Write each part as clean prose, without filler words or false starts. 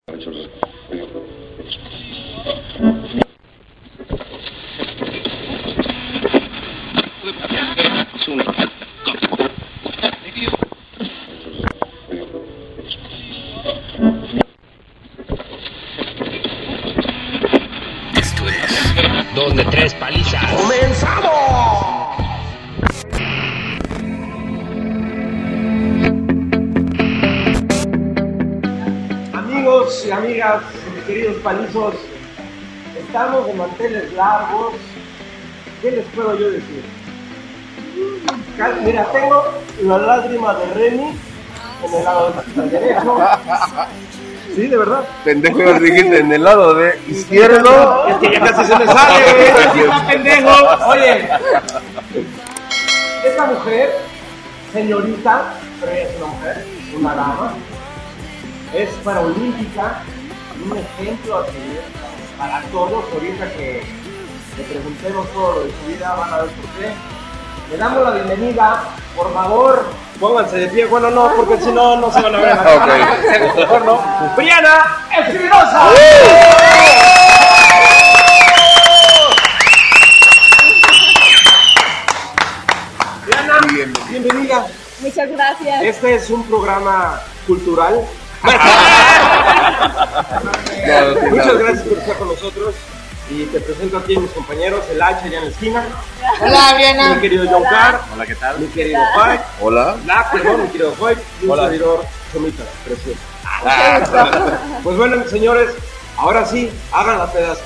Esto es 2 de 3 palizas. ¡Comenzamos! Amigos y amigas, mis queridos palizos, estamos de manteles largos. ¿Qué les puedo yo decir? Mira, tengo la lágrima de Remy en el lado derecho. Sí, de verdad. Pendejo, dijiste en el lado de izquierdo. Es que ya casi se me sale, está pendejo. Oye, esta mujer, señorita, pero ella es una mujer, una dama, es paraolímpica, un ejemplo a seguir para todos. Ahorita que le preguntemos todo lo de su vida, van a ver por qué. Le damos la bienvenida, por favor, pónganse de pie. Bueno, no, porque si no, no se van a ver. Ok. Mejor no. Briana Espinosa. Briana, bienvenida. Muchas gracias. Este es un programa cultural. Muchas gracias por estar con nosotros. Y te presento aquí a mis compañeros, el H allá en la esquina. Hola, Briana. Mi querido John Carr. Hola, ¿qué tal? Mi querido Pai. Hola. Perdón, mi querido Pai. Y un servidor, Chomita, precioso. Pues bueno, señores, ahora sí, hagan las pedazos.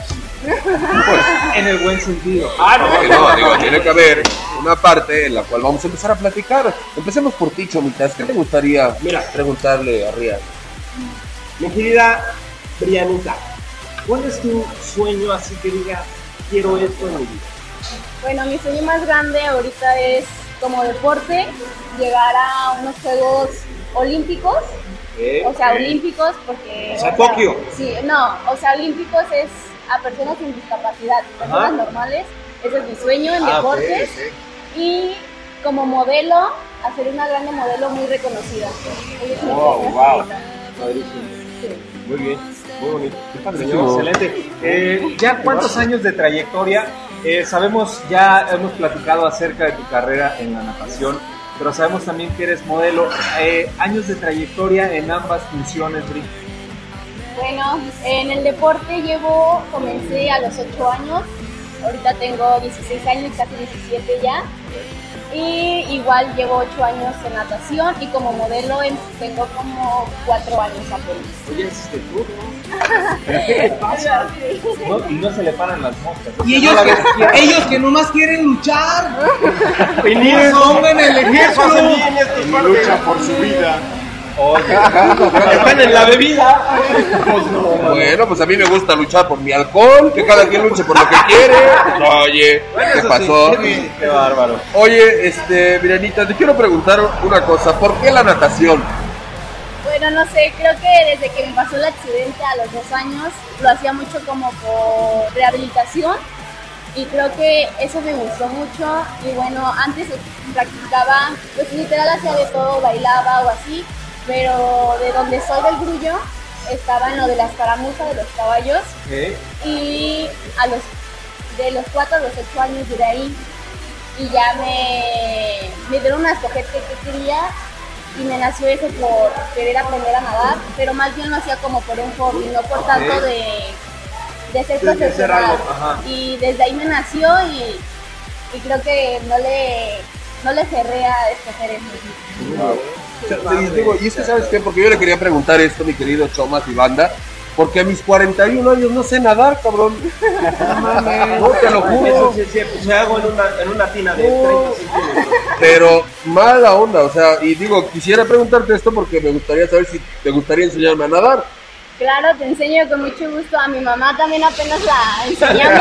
En el buen sentido. No, digo, tiene que haber una parte en la cual vamos a empezar a platicar. Empecemos por ti, Chomitas. ¿Qué te gustaría preguntarle a Rian? Mi querida Brianita, ¿cuál es tu sueño así que digas, quiero esto en mi vida? Bueno, mi sueño más grande ahorita es, como deporte, llegar a unos Juegos Olímpicos. O sea, olímpicos porque... O sea, Tokio. Sí, no, o sea, olímpicos es a personas sin discapacidad, personas normales. Ese es mi sueño en deportes. Okay. Y como modelo, hacer una grande modelo muy reconocida. Ese es mi Wow. sueño ahorita. Sí. Muy bien, muy bonito. Excelente. ¿Ya cuántos años de trayectoria? Sabemos, ya hemos platicado acerca de tu carrera en la natación, pero sabemos también que eres modelo. Años de trayectoria en ambas funciones, Bri. Bueno, en el deporte comencé a los 8 años, ahorita tengo 16 años, casi 17 ya, y igual llevo 8 años en natación y como modelo tengo como 4 años apenas. Oye, ¿es este tú? ¿Pero qué te pasa? Y no se le paran las moscas. Y ellos que nomás quieren luchar. Y ni pongan el ejemplo. Lucha por su vida. Están en la bebida. Bueno, pues a mí me gusta luchar por mi alcohol, que cada quien luche por lo que quiere. Oye, ¿qué pasó? Qué bárbaro. Oye, Brianita, te quiero preguntar una cosa. ¿Por qué la natación? Bueno, no sé, creo que desde que me pasó el accidente a los 2 años, lo hacía mucho como por rehabilitación y creo que eso me gustó mucho. Y bueno, antes practicaba, pues literal hacía de todo, bailaba o así, pero de donde soy del Grullo, estaba en lo de la escaramuza de los caballos. Y de los 4 a los 8 años duré ahí y ya me dieron una escoger que quería. Y me nació eso por querer aprender a nadar, pero más bien lo hacía como por un hobby, no por tanto de ser profesional. Y desde ahí me nació y creo que no le cerré a escoger eso. Y es que, ¿sabes qué? Porque yo le quería preguntar esto, mi querido Chomas y banda, porque a mis 41 años no sé nadar, cabrón. No, te lo juro. Eso sí, pues se hago en una tina de 30 centímetros. Pero mala onda, o sea, y digo, quisiera preguntarte esto porque me gustaría saber si te gustaría enseñarme a nadar. Claro, te enseño con mucho gusto. A mi mamá también apenas la enseñamos.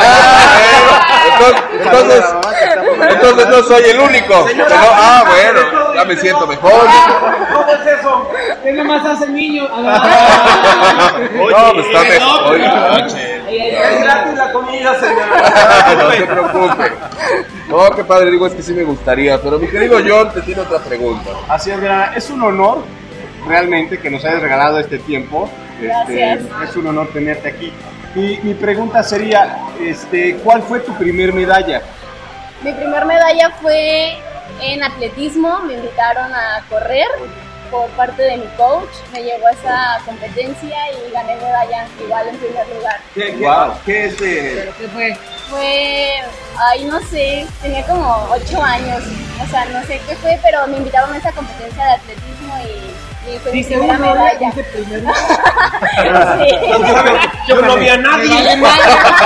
Entonces no soy el único. Bueno, ya me siento mejor. ¿Cómo es eso? ¿Qué nomás hace el niño? No, pues está mejor. Es gratis la comida, señora. No se preocupe. No, qué padre, digo, es que sí me gustaría. Pero mi querido John te tiene otra pregunta. Así es, Briana, es un honor realmente que nos hayas regalado este tiempo. Gracias. Es un honor tenerte aquí. Mi pregunta sería, ¿cuál fue tu primer medalla? Mi primer medalla fue en atletismo, me invitaron a correr por parte de mi coach, me llevó a esa competencia y gané medalla igual en primer lugar. ¿Qué es ¿Pero qué fue? Fue, no sé, tenía como 8 años, o sea, no sé qué fue, pero me invitaron a esa competencia de atletismo y fue mi Dice primera uno, medalla. dice primero. Sí. Yo no vi a nadie. No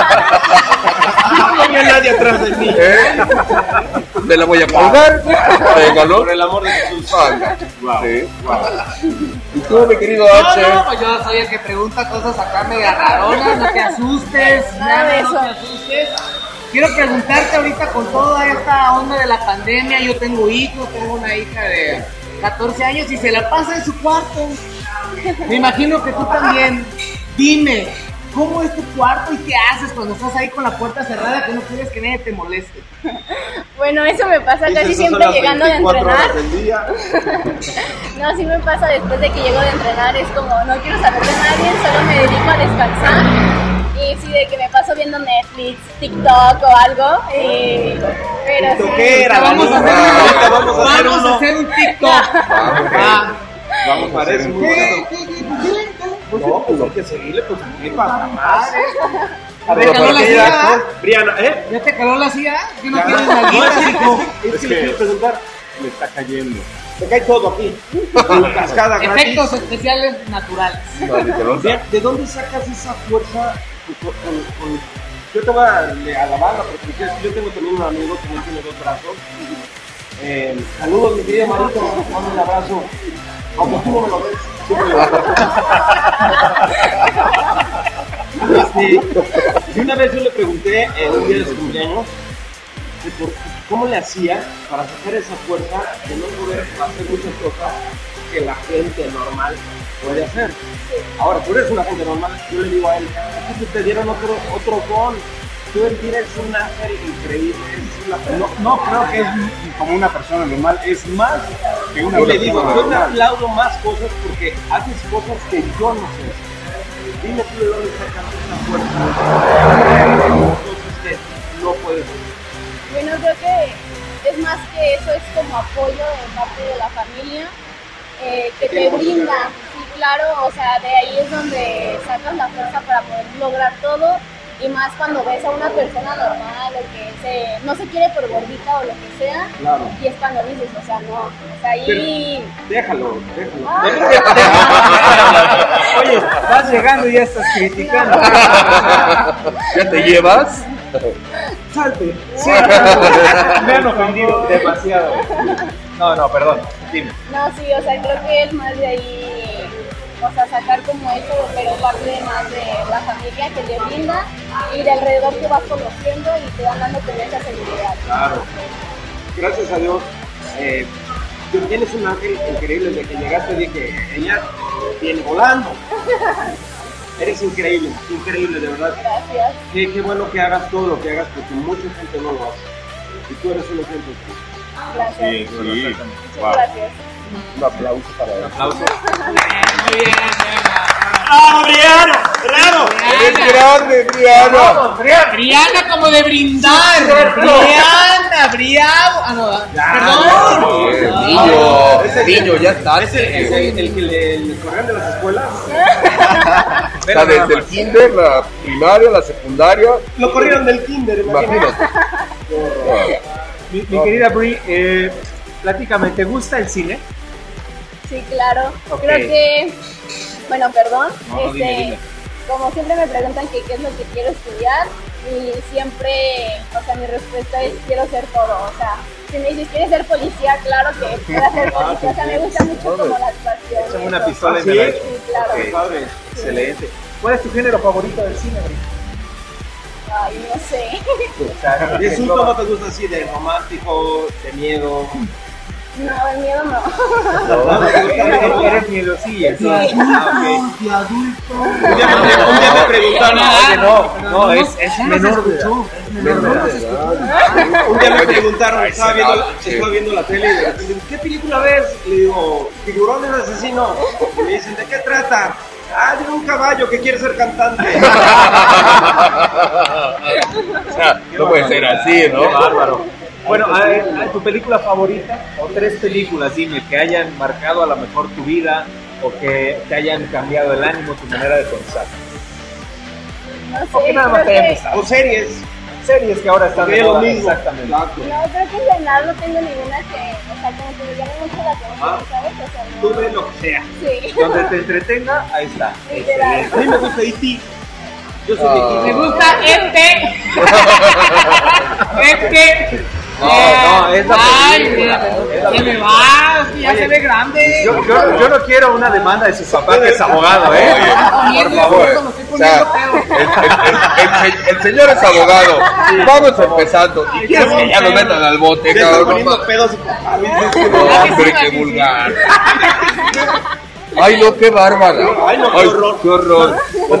había nadie atrás de mí. Me la voy a colgar. Venga, ¿no? Por el amor de Jesús. Sí. ¿Y tú, mi querido H? No, pues yo soy el que pregunta cosas acá media raronas, no te asustes, Nada de no eso. te asustes. Quiero preguntarte ahorita con toda esta onda de la pandemia, yo tengo hijos, tengo una hija de 14 años y se la pasa en su cuarto. Me imagino que tú también. Dime, ¿cómo es tu cuarto y qué haces cuando estás ahí con la puerta cerrada que no quieres que nadie te moleste? Bueno, eso me pasa casi siempre llegando de entrenar. No, sí me pasa después de que llego de entrenar, es como no quiero saber de nadie, solo me dedico a descansar. Y sí, de que me paso viendo Netflix, TikTok o algo. Pero sí. Vamos a hacer, uno. un TikTok. Vamos a hacer un No, pues hay que seguirle, pues aquí para más. A ver, caló la silla. Briana, ¿Ya te caló la silla? ¿Que no tienes nalguitas, hijo? Es que le quiero preguntar. Me está cayendo. Se cae todo aquí. Una cascada gratis. Efectos especiales naturales. ¿De dónde sacas esa fuerza? Yo te voy a alabar porque yo tengo también un amigo que no tiene 2 brazos. Saludos, mi querida Marito, mando un abrazo. Aunque tú no me lo ves, siempre lo y una vez yo le pregunté un día de su cumpleaños cómo le hacía para sacar esa fuerza de no poder hacer muchas cosas que la gente normal puede hacer. Ahora, tú eres una gente normal, yo le digo a él, es que te dieron otro don. Tú eres un ángel increíble, No creo que es como una persona normal, es más que una y persona le digo, yo te normal. aplaudo más cosas porque haces cosas que yo no sé hacer. Dime tú de dónde sacas esa fuerza, cosas que no puedes hacer. Bueno, creo que es más que eso, es como apoyo de parte de la familia que te brinda. Sí, claro, o sea, de ahí es donde sacas la fuerza para poder lograr todo. Y más cuando ves a una persona normal o que no se quiere por gordita o lo que sea, Claro. y es cuando dices, o sea, no, o sea, ahí... Déjalo. Ah. Oye, vas llegando y ya estás criticando. ¿Ya te llevas? Salte. Sí, me han ofendido demasiado. No, perdón. Dime. No, sí, o sea, creo que es más de ahí, o sea, sacar como eso, pero parte más de la familia que te brinda y de alrededor que vas conociendo y te van dando como esa seguridad. Claro. Gracias a Dios. Tú tienes un ángel increíble. Desde que llegaste dije, ella viene volando. Eres increíble, de verdad. Gracias. Qué bueno que hagas todo lo que hagas porque mucha gente no lo hace. Y tú eres un ejemplo. Gracias. Sí. Muchas gracias. Un aplauso para él. Muy bien, ¡Bravo, Briana! ¡Bravo! ¡Eres grande, Briana! Briana como de brindar. Briana. Ah, no, perdón. Niño, ya está. ¿Es el que le corrían de las escuelas? O sea, desde el kinder, la primaria, la secundaria. Lo corrieron del kinder, imagínate. Imagínate. Mi querida Bri, platícame, ¿te gusta el cine? Sí, claro. Ok. Creo que, bueno, perdón, No, dime. como siempre me preguntan que qué es lo que quiero estudiar y siempre, o sea, mi respuesta es quiero ser todo, o sea, si me dices quieres ser policía, claro que quiero ser policía, o sea, me gusta mucho como la actuación. Échame y una eso. pistola en ¿Sí? el aire. Sí, claro. Ok, padre, excelente. ¿Cuál es tu género favorito del cine, Bri? Ay, no sé. O sea, ¿Y un cómo te gusta así de romántico, de miedo? No, el miedo no. Eres miedosilla. De adulto. Un día me preguntaron, No, es menor de edad. un día me preguntaron, estaba viendo la tele y de repente, ¿qué película ves? Le digo, Tiburones Asesinos. Y me dicen, ¿de qué trata? Llega un caballo que quiere ser cantante. O sea, no puede ser así, ¿no? Qué bárbaro. Bueno, ¿tu película favorita? O 3 películas, dime, que hayan marcado a lo mejor tu vida o que te hayan cambiado el ánimo, tu manera de pensar. No sé, O que nada más te creo hayan que, gustado. O series. Series que ahora están Porque de es lo moda. mismo. Exactamente. no, creo que en general no tengo ninguna que, o sea, como que me llame mucho la atención, ¿sabes? O sea, no. Tú ves lo que sea. Sí. Donde te entretenga, ahí está. Literal. A mí me gusta E.T. Yo soy de Ah. E.T. Me gusta No, es la Ay, película. mira, Es la se me va, es que ya se ve grande. Yo no quiero una demanda de su papá que es abogado, ¿eh? Por favor. me estoy O sea, poniendo pedo. el señor es abogado. Vamos empezando. ¿Y quieres que ya lo metan al bote, Se está cabrón? No poniendo mames. pedos y papá. No, hombre, qué vulgar. Ay, no, qué bárbara. Ay, no, qué horror. Qué horror.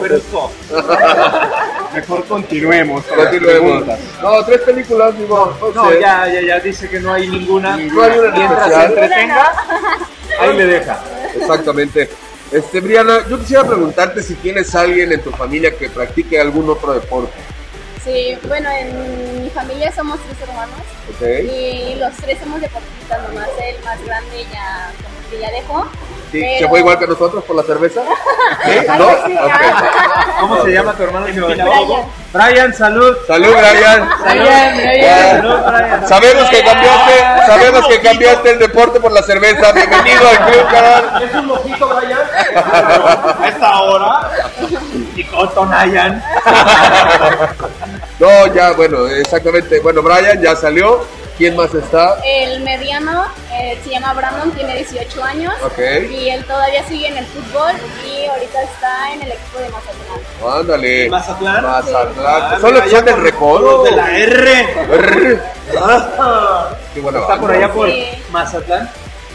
Mejor continuemos. Continuemos. No, 3 películas, digo. No, ya dice que no hay ninguna. No hay una Mientras se especial. entretenga, ahí le deja. Exactamente. Briana, yo quisiera preguntarte si tienes alguien en tu familia que practique algún otro deporte. Sí, bueno, en mi familia somos 3 hermanos ¿Ok? y los 3 somos deportistas, nomás el más grande ya como que ya dejó. Sí, pero- ¿se fue igual que nosotros por la cerveza? ¿Sí? Algo ¿No? así, Ok. ¿Cómo se llama tu hermano? Brian. Brian, salud. Salud, Brian. Salud, Brian. Sabemos que cambiaste el deporte por la cerveza. Bienvenido al club, carnal. ¿Es un mojito, Brian? A esta hora. Y con Tonayan. No, ya, bueno, exactamente. Bueno, Brian ya salió. ¿Quién más está? El mediano se llama Brandon, tiene 18 años Ok. y él todavía sigue en el fútbol y ahorita está en el equipo de Mazatlán. Ándale. ¿Mazatlán? Mazatlán. ¿Son los que son del recodo? De la R. Qué buena Está por banda. allá por Sí. Mazatlán.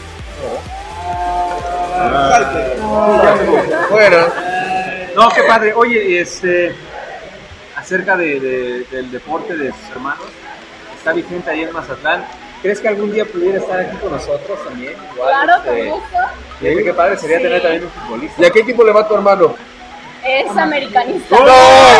Fuera. No, qué padre. Oye, acerca del deporte de sus hermanos, está vigente ahí en Mazatlán. ¿Crees que algún día pudiera estar aquí con nosotros también? Igual, Claro, con gusto. fíjate qué padre sería Sí. tener también un futbolista. ¿Y a qué equipo le va tu hermano? Es americanista. ¡No!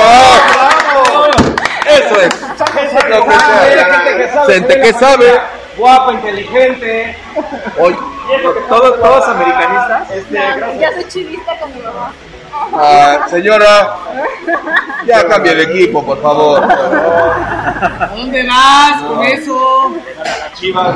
Eso es. Lo que sea. Gente que sabe. Guapo, inteligente. Oye, ¿Todos americanistas? No, ya soy chivista con mi mamá. señora, ya cambie el equipo, por favor. ¿A dónde vas con eso? Chivas.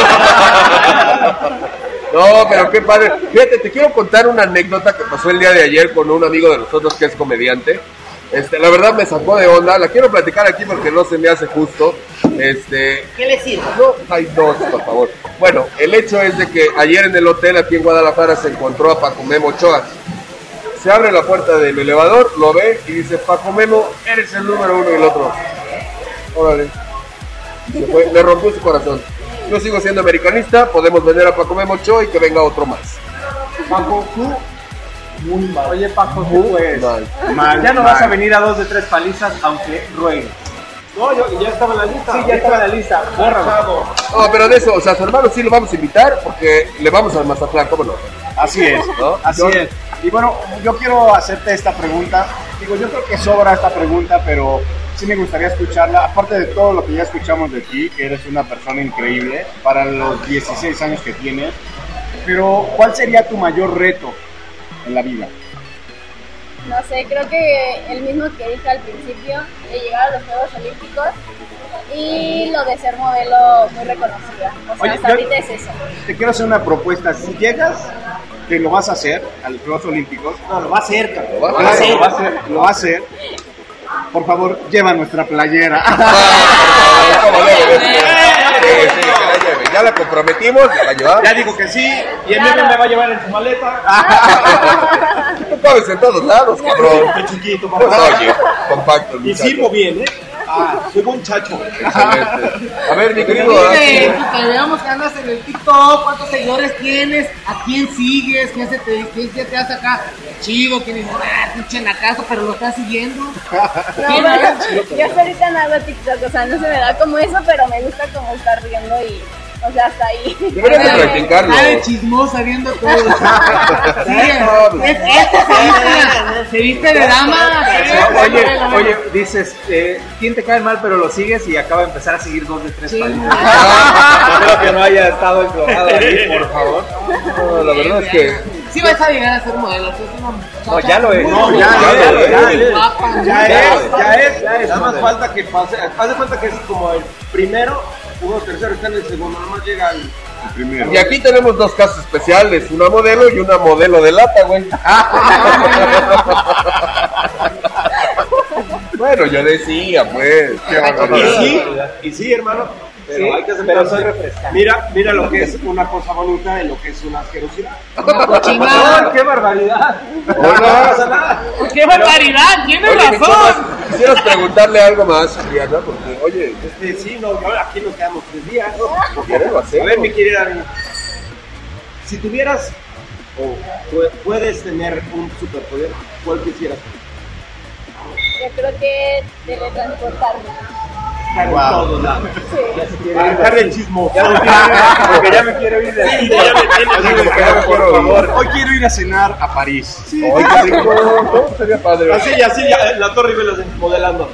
No, pero qué padre. Fíjate, te quiero contar una anécdota que pasó el día de ayer con un amigo de nosotros que es comediante. La verdad me sacó de onda. La quiero platicar aquí porque no se me hace justo. ¿Qué le sirve? No, hay 2, por favor. Bueno, el hecho es de que ayer en el hotel aquí en Guadalajara se encontró a Paco Memo Ochoa. Se abre la puerta del elevador, lo ve y dice: Paco Memo, eres el número 1. Y el otro, órale. Se fue, le rompió su corazón. Yo sigo siendo americanista, podemos vender a Paco Memo Ochoa y que venga otro más. Paco, tú. Muy mal. Oye, Paco, tú pues. Mal. Ya no vas a venir a 2 de 3 palizas, aunque ruegue. No, ya estaba en la lista. Sí, ya estaba en la lista. Bórralo. No, pero de eso, o sea, su hermano sí lo vamos a invitar porque le vamos al Mazatlán, ¿cómo no? Así es, ¿No? así es. Y bueno, yo quiero hacerte esta pregunta. Digo, yo creo que sobra esta pregunta, pero sí me gustaría escucharla. Aparte de todo lo que ya escuchamos de ti, que eres una persona increíble para los 16 años que tienes. Pero, ¿cuál sería tu mayor reto en la vida? No sé, creo que el mismo que dije al principio, de llegar a los Juegos Olímpicos y lo de ser modelo muy reconocida. O sea, Oye, hasta yo- ahorita es eso. Te quiero hacer una propuesta. Si llegas, que lo vas a hacer a los Juegos Olímpicos. No, lo va a hacer, cabrón. Lo va a Lo va a hacer. hacer, lo va a hacer. Por favor, lleva nuestra playera. ¿Cómo le ves? Sí, que la lleve. Ya la comprometimos, ¿la va a llevar? Ya digo que sí. Y el Claro. me va a llevar en su maleta. Tú cabes en todos lados, cabrón. Qué chiquito, Pues, papá. oye, compacto el Y muchacho. sirvo bien, ¿eh? Soy buen chacho. Excelente. A ver, mi querido Dime, Dante. que veamos que andas en el TikTok, cuántos seguidores tienes, a quién sigues, quién se te hace acá chivo, quién dice, pinche nacazo, pero lo estás siguiendo. No, pero yo hasta ahorita no hago TikTok, o sea, no se me da como eso, pero me gusta como estar riendo y O sea, hasta ahí. Deberías de practicarlo. Está de chismosa viendo todo. Sí, No, pues, se viste de dama. Oye, dices, ¿quién te cae mal? Pero lo sigues y acaba de empezar a seguir 2 de 3 Sí. países. Espero que no haya estado englobado ahí, por favor. no, la verdad es que Sí vas a llegar a ser modelo. No, ya lo es. No, ya es. Guapa. Ya es. Nada Nada más falta que pase, haz de cuenta que es como el primero, uno tercero está en el segundo, nada más llega al... Primero. y aquí tenemos 2 casos especiales, una modelo y una modelo de lata, güey. Bueno, yo decía, pues. Y sí, hermano, pero Sí, hay que pero aceptarse. soy refrescante. Mira lo que es una cosa bonita y lo que es una asquerosidad. Chingada. ¡Qué barbaridad! Hola. ¡Qué barbaridad! ¡Tienes Oye, mi Chomas, razón! quisieras preguntarle algo más, Diana, porque, oye, Sí, no, aquí nos quedamos 3 días. ¿por qué no lo A hacemos? ver, mi querida Dani, si tuvieras o puedes tener un superpoder, ¿cuál quisieras? Yo creo que teletransportarme. Estar en Wow. todos lados. Sí. Para estar el chismoso. Porque ya me quiero ir de aquí. Ya me tienes, Por favor. Hoy quiero ir a cenar a París. Oye, qué rico, ¿no? Sería padre. Así, la Torre Eiffel modelando.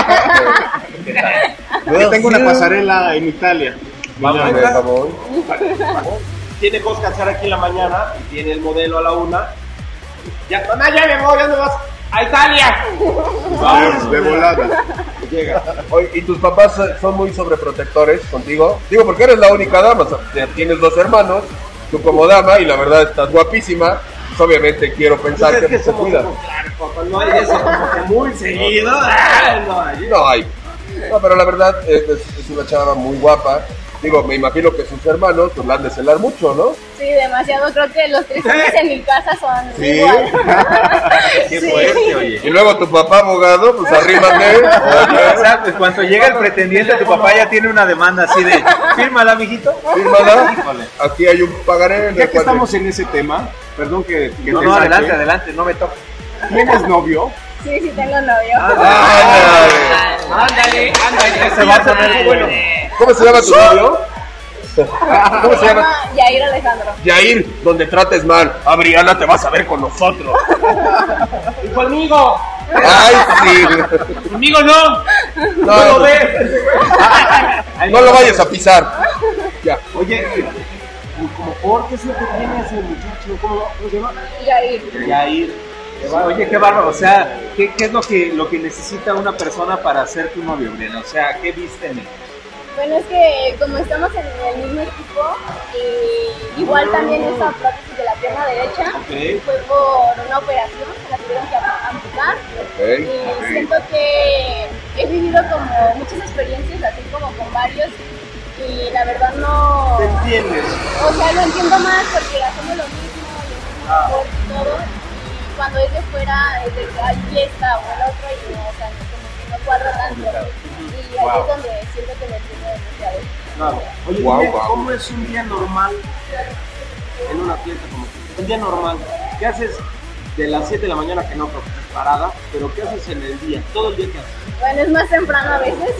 Yo tengo una pasarela en Italia. Vamos, por favor. Tiene cosas que hacer aquí en la mañana y tiene el modelo a la 1. Ya, mamá, ya me voy, ¿dónde vas? ¡A Italia! De volada. Llega. Oye, ¿y tus papás son muy sobreprotectores contigo? Digo, porque eres la única dama, o sea, tienes 2 hermanos, tú como dama, y la verdad estás guapísima, pues obviamente quiero pensar Pues es que que se somos cuidan. como, claro, papá, no hay eso como que muy seguido. No hay. No hay. No, pero la verdad es una chava muy guapa. Digo, me imagino que sus hermanos pues la han de celar mucho, ¿no? Sí, demasiado. Creo que los 3 hombres en mi casa son Sí. igual. Qué Sí. fuerte, oye. Y luego tu papá abogado, pues arrímate. O sea, pues cuando llega el pretendiente, tu papá ya tiene una demanda así de, fírmala, mijito. Fírmala. Híjole. Aquí hay un pagaré. Ya que estamos en ese tema, perdón que No, te no, saque. adelante, no me toques. ¿Tienes novio? Sí, sí tengo novio. Ándale. Se va a poner bueno. ¿Cómo se llama tu novio? ¿Cómo se llama? Yair Alejandro. Yair, donde trates mal. A Briana te vas a ver con nosotros. Y conmigo. Ay, sí. Conmigo no. No lo ves. No lo vayas a pisar. Ya. Oye, como por qué siempre tiene ese muchacho, ¿cómo se llama? Yair. Yair. Oye, qué bárbaro, o sea, ¿qué es lo que necesita una persona para ser tu novio, Briana? O sea, ¿qué viste en él? Bueno, es que como estamos en el mismo equipo, y igual también esta prótesis de la pierna derecha fue por una operación, se la tuvieron que amputar. Y siento que he vivido como muchas experiencias, así como con varios, y la verdad no... ¿Te entiendes? O sea, lo entiendo más porque hacemos lo mismo, y todo, y cuando es de fuera, es de que hay fiesta o el otro, y no, o sea, como que no cuadra tanto. Y ahí es donde siento que me entiendo demasiado. Claro. Oye, Guau, dime, guau. ¿cómo es un día normal en una fiesta como que? Un día normal. ¿Qué haces de las 7 de la mañana que no creo que estés parada? Pero ¿qué haces en el día? Todo el día que haces. Bueno, es más temprano a veces.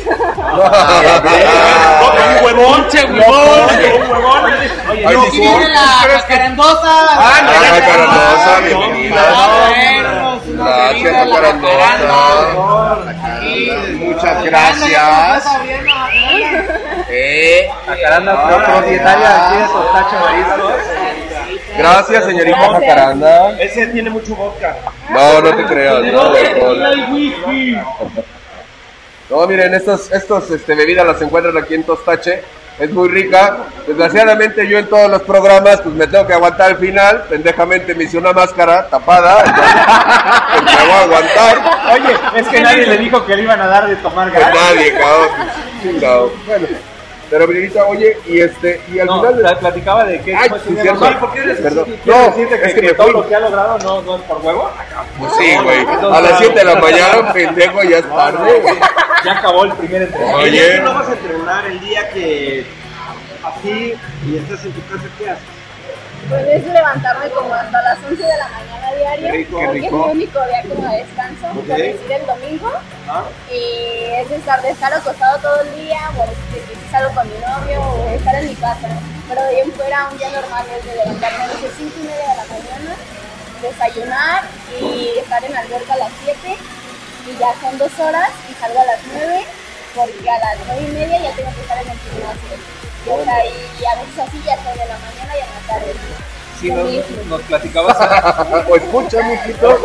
¡Un huevón! ¡Un huevón! Oye, Ay, no, sí, aquí viene la jacarandosa. Jacarandosa, bienvenida. Gracias, Jacarandosa. Muchas gracias. Jacaranda, propietaria aquí de Tostache Mariscos. Gracias, señorita Gracias. Jacaranda. Ese tiene mucho vodka. No, no te creas. ¿De No, dónde alcohol. hay whisky? No, miren, estos bebidas las encuentran aquí en Tostache. Es muy rica. Desgraciadamente yo en todos los programas pues me tengo que aguantar al final. Pendejamente me hice una máscara tapada. Entonces, me voy a aguantar. Oye, es que nadie le dijo que le iban a dar de tomar Pues gas. nadie, cabrón. Chingado. Bueno, pero Brinita, oye, y al No, final... platicaba de que Ay, pues, sí, un día cierto. normal, ¿por qué eres Perdón. así? No, ¿Quieres decirte es que me todo fui. lo que ha logrado no es por huevo? Pues sí, güey. A las 7 de la mañana, pendejo, ya es tarde, güey. Ya acabó el primer entrenamiento. Oye. ¿Tú no vas a entrenar el día que así y estás en tu casa? ¿Qué haces? Pues es levantarme como hasta las 11 de la mañana diario, Qué rico, porque qué es rico. mi único día como de descanso, por decir el domingo. Y es de estar acostado todo el día, o si salgo con mi novio, o estar en mi casa. Pero de ahí en fuera, un día normal es de levantarme a las 5:30 de la mañana, desayunar y estar en la alberca a las 7, y ya son 2 horas y salgo a las 9, porque a las 9:30 ya tengo que estar en el gimnasio. Y o sea, y a veces así ya estoy de la mañana y en la tarde. Sí, Lo mismo. nos platicabas, O escucha, mijito.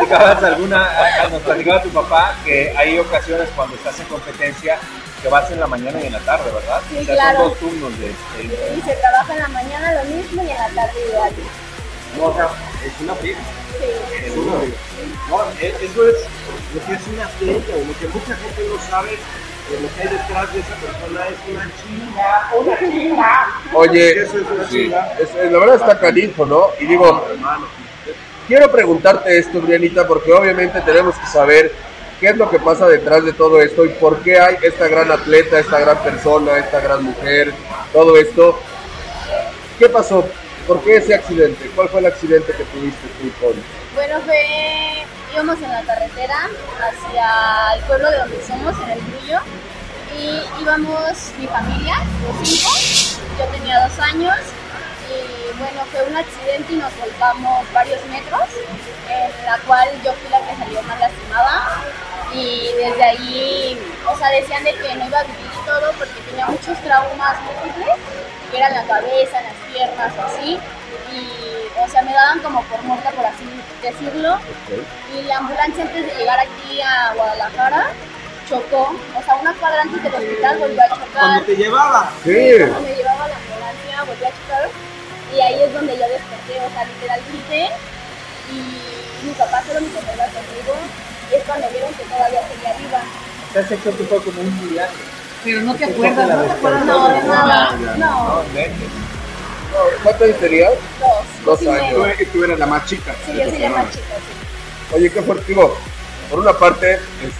nos platicaba tu papá que hay ocasiones cuando estás en competencia que vas en la mañana y en la tarde, ¿verdad? Sí, o sea, claro. son 2 turnos Y se trabaja en la mañana lo mismo y en la tarde igual. No, o sea, es una friega. Sí. Es una friega. No, eso es lo que es un atleta, lo que mucha gente no sabe. Lo que hay detrás de esa persona es una chinga. Oye, Eso es una sí, chinga. la verdad está canijo, ¿no? Y digo, Hermano. quiero preguntarte esto, Brianita, porque obviamente tenemos que saber qué es lo que pasa detrás de todo esto y por qué hay esta gran atleta, esta gran persona, esta gran mujer, todo esto. ¿Qué pasó? ¿Por qué ese accidente? ¿Cuál fue el accidente que tuviste tú, Tony? Bueno, íbamos en la carretera hacia el pueblo de donde somos, en el Grullo, y íbamos mi familia, los 5, yo tenía 2 años, y bueno, fue un accidente y nos volcamos varios metros, en la cual yo fui la que salió más lastimada, y desde ahí, o sea, decían de que no iba a vivir y todo porque tenía muchos traumas múltiples, que eran la cabeza, en las piernas, así, y o sea, me daban como por muerta, por así decirlo. Y la ambulancia, antes de llegar aquí a Guadalajara, chocó, o sea, una cuadra antes del hospital volvió a chocar. Cuando te llevaba. Sí. Cuando me llevaba la ambulancia volvió a chocar, y ahí es donde yo desperté, o sea, literal grité, y mi papá solo me iba conmigo, y es cuando vieron que todavía seguía viva. Te has hecho tu fue como un viaje. Pero no te acuerdas, no te acuerdas. No, de nada, no, No, inventes. ¿Cuántos años tenías? 2 2 años. Tú eres la más chica. Sí, yo soy la más chica, sí. Oye, qué fuerte, digo, por una parte,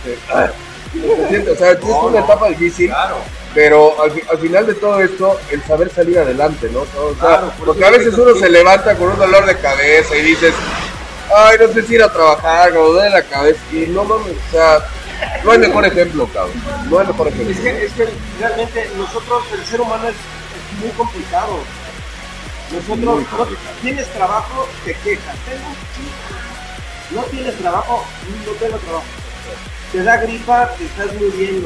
se siente, o sea, es una etapa difícil, Claro. pero al final de todo esto, el saber salir adelante, ¿no? O sea, Claro, por porque eso a veces es que uno se levanta con un dolor de cabeza y dices, ay, no sé si ir a trabajar, me duele la cabeza, y no mames, o sea, no hay mejor ejemplo, cabrón, no hay mejor ejemplo. Es que realmente nosotros, el ser humano es muy complicado. Nosotros, no tienes trabajo, te quejas. No tienes trabajo, no tengo trabajo. Te da gripa, te estás muriendo.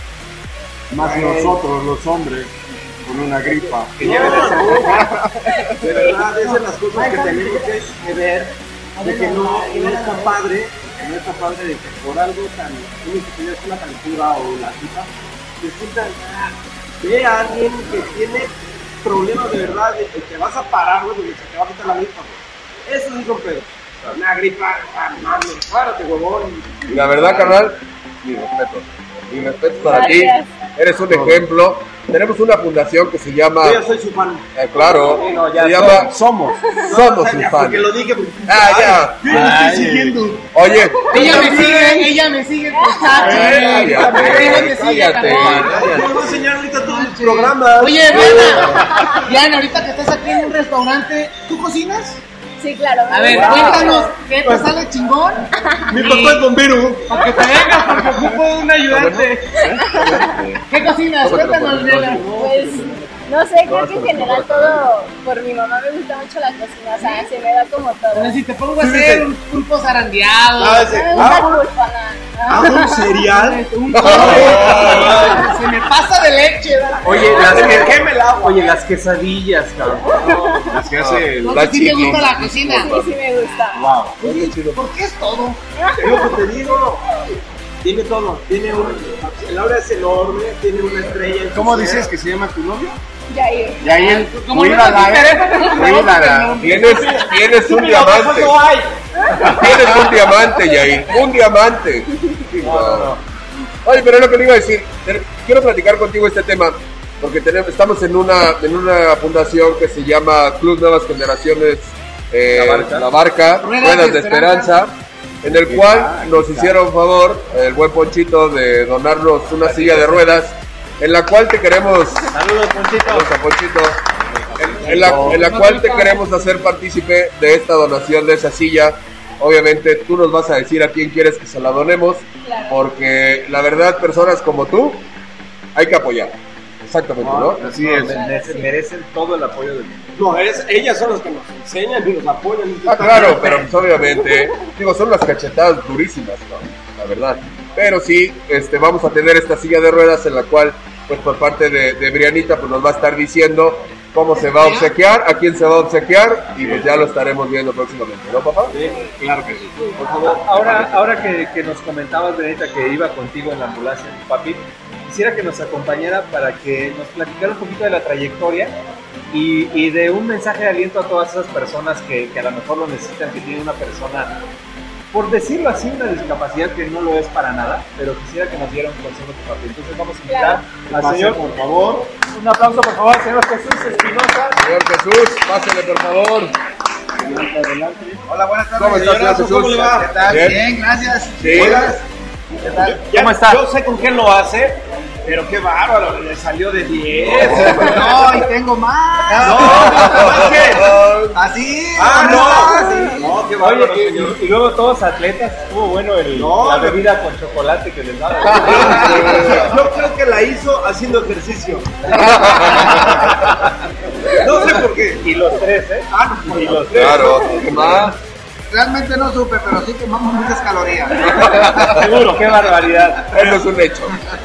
Más nosotros, los hombres, con una gripa. Que lleven ese. De verdad, esas son las cosas que tenemos que ver, de que no está padre, no está padre de que por algo tan, una calentura o la gripa, te sientan, ve a alguien que tiene problemas de verdad, de que te vas a parar, güey, porque se te va a quitar la gripa, güey. Eso sí son pedos. Una gripa, mames, párate, huevón. Y la verdad, carnal, mi respeto para ti, Gracias. eres un ejemplo. Tenemos una fundación que se llama, Yo ya soy su fan. claro, Sí, no, ya se llama Somos. Somos Ya, sus porque fans. lo dije, porque, Ah, ya. yo ya lo estoy siguiendo. Oye, Ella me sigue por chat. cállate, Arriba te sigue, cállate, cabrón. Yo les cállate. voy a enseñar ahorita todos mis programas. Oye, Diana, Diana, ahorita que estás aquí en un restaurante, ¿tú cocinas? Sí, claro. A ver, Wow. cuéntanos, ¿qué te sale chingón? Mi papá es bombero. Para que te vengas, porque ocupo un ayudante. ¿Qué cocinas? Cuéntanos, Diana. Pues, no sé, creo que en general todo, por mi mamá me gusta mucho la cocina, o sea, se me da como A todo. ver, si te pongo a hacer un pulpo zarandeado. Ah, No me gusta el pulpo, no. ¿Hago un cereal? Un se me pasa de leche, ¿verdad? Oye, ¿Qué me la hago? Oye, las quesadillas, cabrón. Las que hace No la sé si te chiqui. gusta la cocina. Sí, sí me gusta. Wow. ¿Por qué es todo? Es lo que te digo. Tiene todo. Tiene Laura es enorme, tiene una estrella. en su ¿Cómo ser. dices que se llama tu novio? Jair. Y ahí Como no te interesa, cuídala. Tienes un diamante. No hay. Tienes un diamante, Yair. Un diamante. Oye, pero es lo que le iba a decir. Quiero platicar contigo este tema. Porque estamos en una fundación que se llama Club Nuevas Generaciones La Barca, Ruedas de Esperanza, en el cual nos hicieron favor, el buen Ponchito, de donarnos una silla de ruedas, en la cual te queremos. Saludos, Ponchito. Saludos a Ponchito. en la cual te queremos hacer partícipe de esta donación de esa silla. Obviamente tú nos vas a decir a quién quieres que se la donemos, porque la verdad, personas como tú hay que apoyar. Exactamente, ¿no? Así es, merecen todo el apoyo del mundo. No, ellas son las que nos enseñan y nos apoyan. Claro, pero pues, obviamente, son las cachetadas durísimas, ¿no? La verdad. Pero sí, vamos a tener esta silla de ruedas en la cual, pues por parte de Brianita, pues nos va a estar diciendo cómo se va a obsequiar, a quién se va a obsequiar, y pues ya lo estaremos viendo próximamente, ¿no, papá? Sí, claro que sí. Por favor, ahora que nos comentabas, Brianita, que iba contigo en la ambulancia, papi, quisiera que nos acompañara para que nos platicara un poquito de la trayectoria y de un mensaje de aliento a todas esas personas que a lo mejor lo necesitan, que tienen una persona, por decirlo así, una discapacidad que no lo es para nada, pero quisiera que nos diera un consejo de papi. Entonces vamos a invitar al señor, por favor. Un aplauso, por favor, señor Jesús Espinosa. Señor Jesús, pásele, por favor. Hola, buenas tardes. ¿Cómo estás, señor Jesús? ¿Cómo le va? ¿Qué tal? Bien. Bien, gracias. Sí. Hola. ¿Qué tal? ¿Cómo está? Yo sé con quién lo hace, pero qué bárbaro, le salió de 10. No, y tengo más. ¿Más qué? Así. No, sí. no, qué bárbaro, Oye, señor. y luego todos atletas, estuvo bueno la bebida con chocolate que les daba. Yo creo que la hizo haciendo ejercicio. No sé por qué. Y los tres, ¿eh? Y los tres. Claro, más. Realmente no supe, pero sí quemamos muchas calorías. Seguro, qué barbaridad. Eso es un hecho.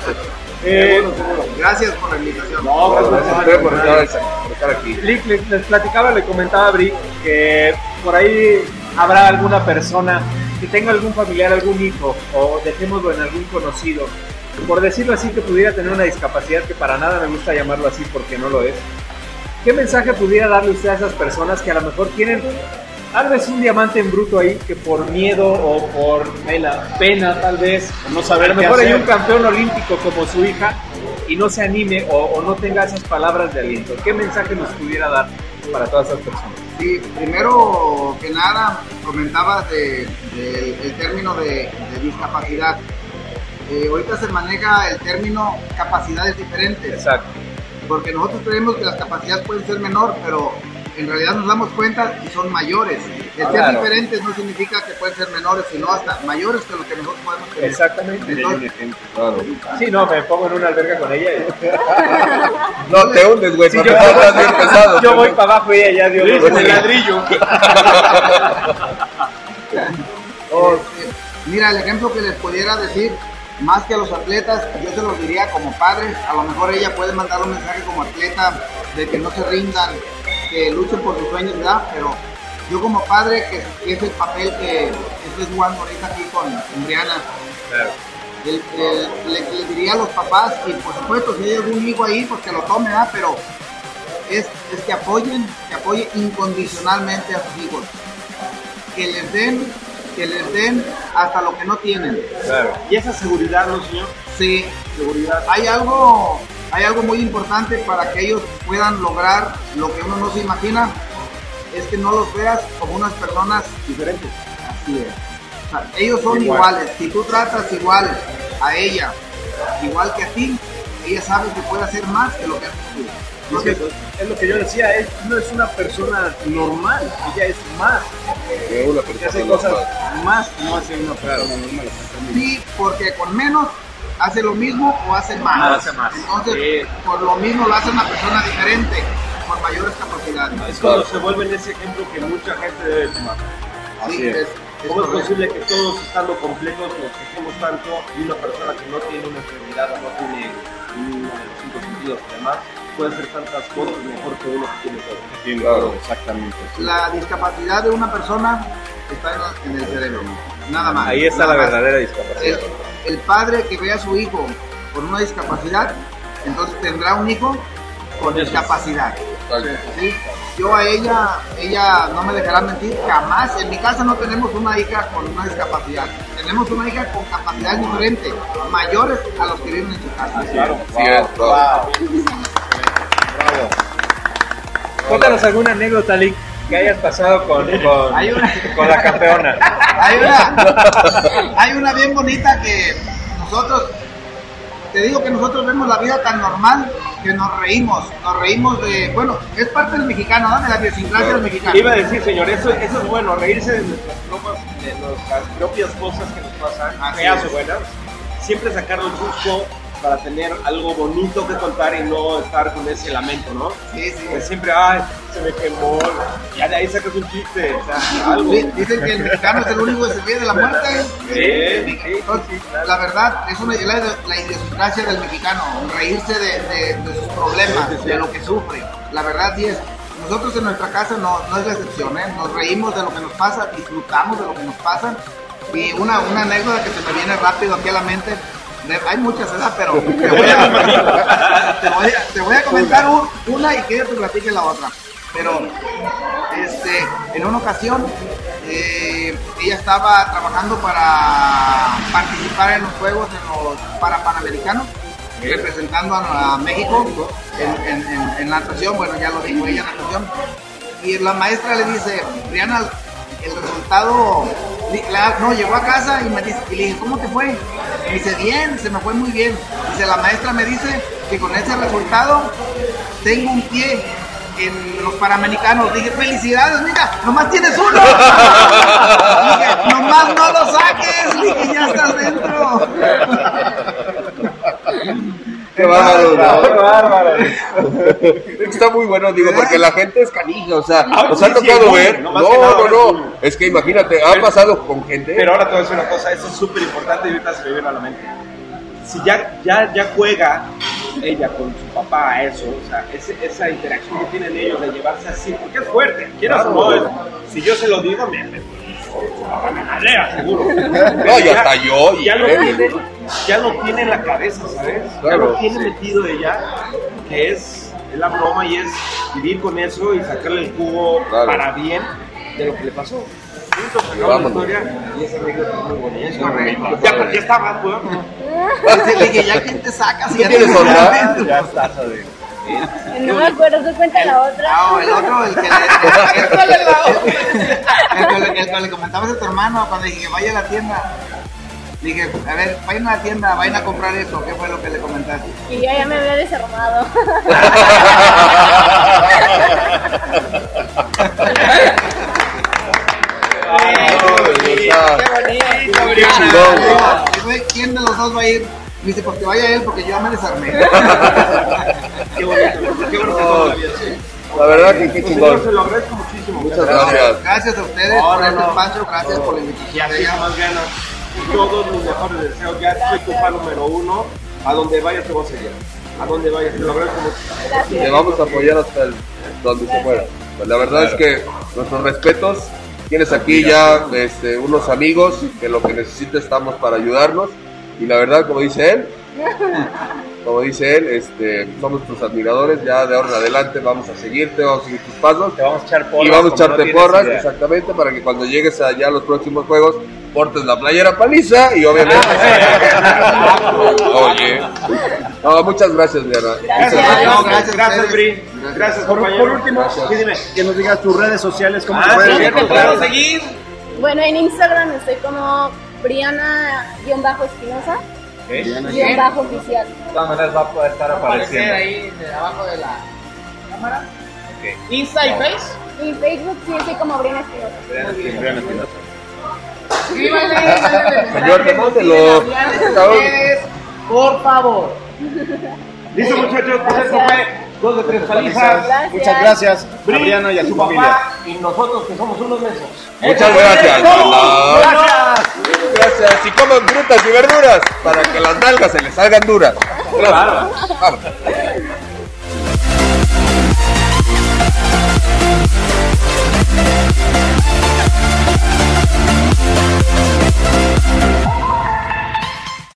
Gracias por la invitación. No, Gracias a usted por estar aquí. Lick, les platicaba, le comentaba a Bri que por ahí habrá alguna persona que tenga algún familiar, algún hijo, o dejémoslo en algún conocido, por decirlo así, que pudiera tener una discapacidad, que para nada me gusta llamarlo así porque no lo es. ¿Qué mensaje pudiera darle usted a esas personas que a lo mejor tienen tal vez un diamante en bruto ahí, que por miedo o por pena tal vez, no saber a lo mejor hay un campeón olímpico como su hija y no se anime o no tenga esas palabras de aliento? ¿Qué mensaje nos pudiera dar para todas esas personas? Sí, primero que nada comentabas del término de discapacidad. Ahorita se maneja el término capacidades diferentes. Exacto. Porque nosotros creemos que las capacidades pueden ser menor, pero en realidad nos damos cuenta y son mayores. El ser diferentes no significa que pueden ser menores, sino hasta mayores que lo que nosotros podemos tener. Exactamente. Entonces, Claro. Sí, no, me pongo en una alberca con ella. No te hundes, güey, Sí, porque estás bien pesado. yo voy para abajo y ella ya dio Le dicen el el ladrillo. Mira, el ejemplo que les pudiera decir, más que a los atletas, yo se los diría como padres. A lo mejor ella puede mandar un mensaje como atleta de que no se rindan, que luchen por sus sueños, ¿verdad? Pero yo como padre, que es el papel que estoy jugando ahorita aquí con Briana, Claro. le diría a los papás, y por supuesto si hay algún hijo ahí, pues que lo tome, ¿verdad? Pero es que apoyen incondicionalmente a sus hijos, que les den hasta lo que no tienen. Claro. Y esa seguridad, ¿no, señor? Sí, seguridad. Hay algo muy importante para que ellos puedan lograr lo que uno no se imagina, es que no los veas como unas personas Diferentes. así es. O sea, ellos son iguales. Si tú tratas igual a ella, igual que a ti, ella sabe que puede hacer más que lo que haces tú. Es que es lo que yo decía, no es una persona normal, ella es más. Una Que persona hace cosas normal. más, no hace una persona normal. Sí, porque con menos hace lo mismo o hace más. No, hace más. Entonces, Sí. por lo mismo lo hace una persona diferente, con mayores capacidades. Es cuando se vuelve ese ejemplo que mucha gente debe tomar. Sí, es ¿Cómo es correcto. posible que todos estando completos nos quejemos tanto y una persona que no tiene una enfermedad o no tiene un cinco sentidos y demás puede hacer tantas cosas mejor que uno que tiene todo? Claro. Exactamente. La discapacidad de una persona está en el cerebro, nada más. Ahí está Nada la más. verdadera discapacidad. El padre que vea a su hijo con una discapacidad, entonces tendrá un hijo con discapacidad. ¿Sí? Yo a ella no me dejará mentir, jamás. En mi casa no tenemos una hija con una discapacidad. Tenemos una hija con capacidades diferentes, mayores a los que viven en su casa. Claro. Sí, es, bravo. Cuéntanos alguna anécdota, Lick, que hayas pasado con la campeona. Hay una bien bonita que nosotros te digo que nosotros vemos la vida tan normal que nos reímos de, bueno, es parte del mexicano, ¿no? De la idiosincrasia del mexicano. Iba a decir, señor, eso es bueno, reírse de nuestras propias cosas que nos pasan, feas o buenas, siempre sacar el gusto para tener algo bonito que contar y no estar con ese lamento, ¿no? Sí, sí. Pues siempre, ay, se me quemó, ya de ahí sacas un chiste, o sea, algo. Dicen que el mexicano es el único que se ríe de la muerte. Sí. Entonces, la verdad, es la idiosincrasia del mexicano, reírse de sus problemas, de lo que sufre. La verdad, sí es. Nosotros en nuestra casa no es la excepción, ¿eh? Nos reímos de lo que nos pasa, disfrutamos de lo que nos pasa. Y una anécdota que se me viene rápido aquí a la mente, hay muchas, ¿verdad? Pero te voy a comentar una y que ella te platique la otra. Pero en una ocasión ella estaba trabajando para participar en los juegos para Panamericanos, representando a México en natación. Bueno, ya lo dijo ella, natación. Y la maestra le dice, Briana, el resultado, no, llegó a casa y le dije, ¿cómo te fue? Me dice, bien, se me fue muy bien. Dice, la maestra me dice que con ese resultado tengo un pie en los Panamericanos. Dije, felicidades, mira, nomás tienes uno. Dije, nomás no lo saques, dije, ya estás dentro. Qué bárbaro, ¿no? Qué bárbaro. Está muy bueno, digo, porque la gente es canija, o sea, nos sí, ha tocado sí, ver. no, más que nada, No, es que imagínate, ha pasado con gente. Pero ahora te voy a decir una cosa, eso es súper importante y ahorita se me viene a la mente. Si ya juega ella con su papá a eso, o sea, esa interacción que tienen ellos de llevarse así, porque es fuerte, quieras o no, si yo se lo digo, me madrea, seguro. No, y hasta yo. Ya lo tiene en la cabeza, ¿sabes? Claro, ya lo tiene metido ella, que es la broma y es vivir con eso y sacarle el jugo para bien de lo que le pasó. Vámonos. Y esa anécdota es muy bonita. Ya estaba, pues. Le dije, ya quién te sacas. ¿Tú tienes onda? Ya estás, joder. No me acuerdo, ¿tú cuenta la otra? No, el otro, el que le comentabas a tu hermano cuando dije que vaya a la tienda. Dije, a ver, vayan a la tienda, vayan a comprar eso. ¿Qué fue lo que le comentaste? Y yo ya me había desarmado. Qué bonito, ¿quién de los dos va a ir? Me dice, porque vaya él, porque yo ya me desarmé. Qué bonito. La verdad que qué chingón. Se lo agradezco muchísimo. Muchas gracias. Gracias a ustedes por este espacio, gracias por la Y invitación. así más ganas. Todos mis mejores deseos. Ya soy tu fan número 1. A donde vayas te voy a seguir. A donde vayas, te lo agradezco mucho. Gracias. Te vamos a apoyar hasta donde se pueda. Pues la verdad es que nuestros respetos. Tienes aquí ya unos amigos que lo que necesites estamos para ayudarnos. Y la verdad, como dice él, somos tus admiradores. Ya de ahora en adelante vamos a seguirte, vamos a seguir tus pasos. Te vamos a echar porras. Y vamos a como echarte no porras, tienes idea. exactamente, para que cuando llegues allá a los próximos juegos portes la playera paliza y obviamente. Oye. No, muchas gracias, Diana. Gracias, Bri. Gracias, compañero. Por último, sí, dime, que nos digas tus redes sociales, cómo te Sí, pueden te encontrar. puedo seguir. Bueno, en Instagram estoy como Briana-Espinosa, _oficial. De todas maneras va a poder estar apareciendo. ahí abajo de la cámara. Insta y Face. Y Facebook sí estoy como Briana Espinosa. Señor, te mándelo. Por favor. Listo, muchachos, pues esto fue 2 de 3 palizas. Gracias. Muchas gracias a Bri, Briana y a su su papá familia. y nosotros que somos unos mensos. Muchas gracias. Gracias. Gracias. Y coman frutas y verduras para que las nalgas se les salgan duras. Claro. Vamos.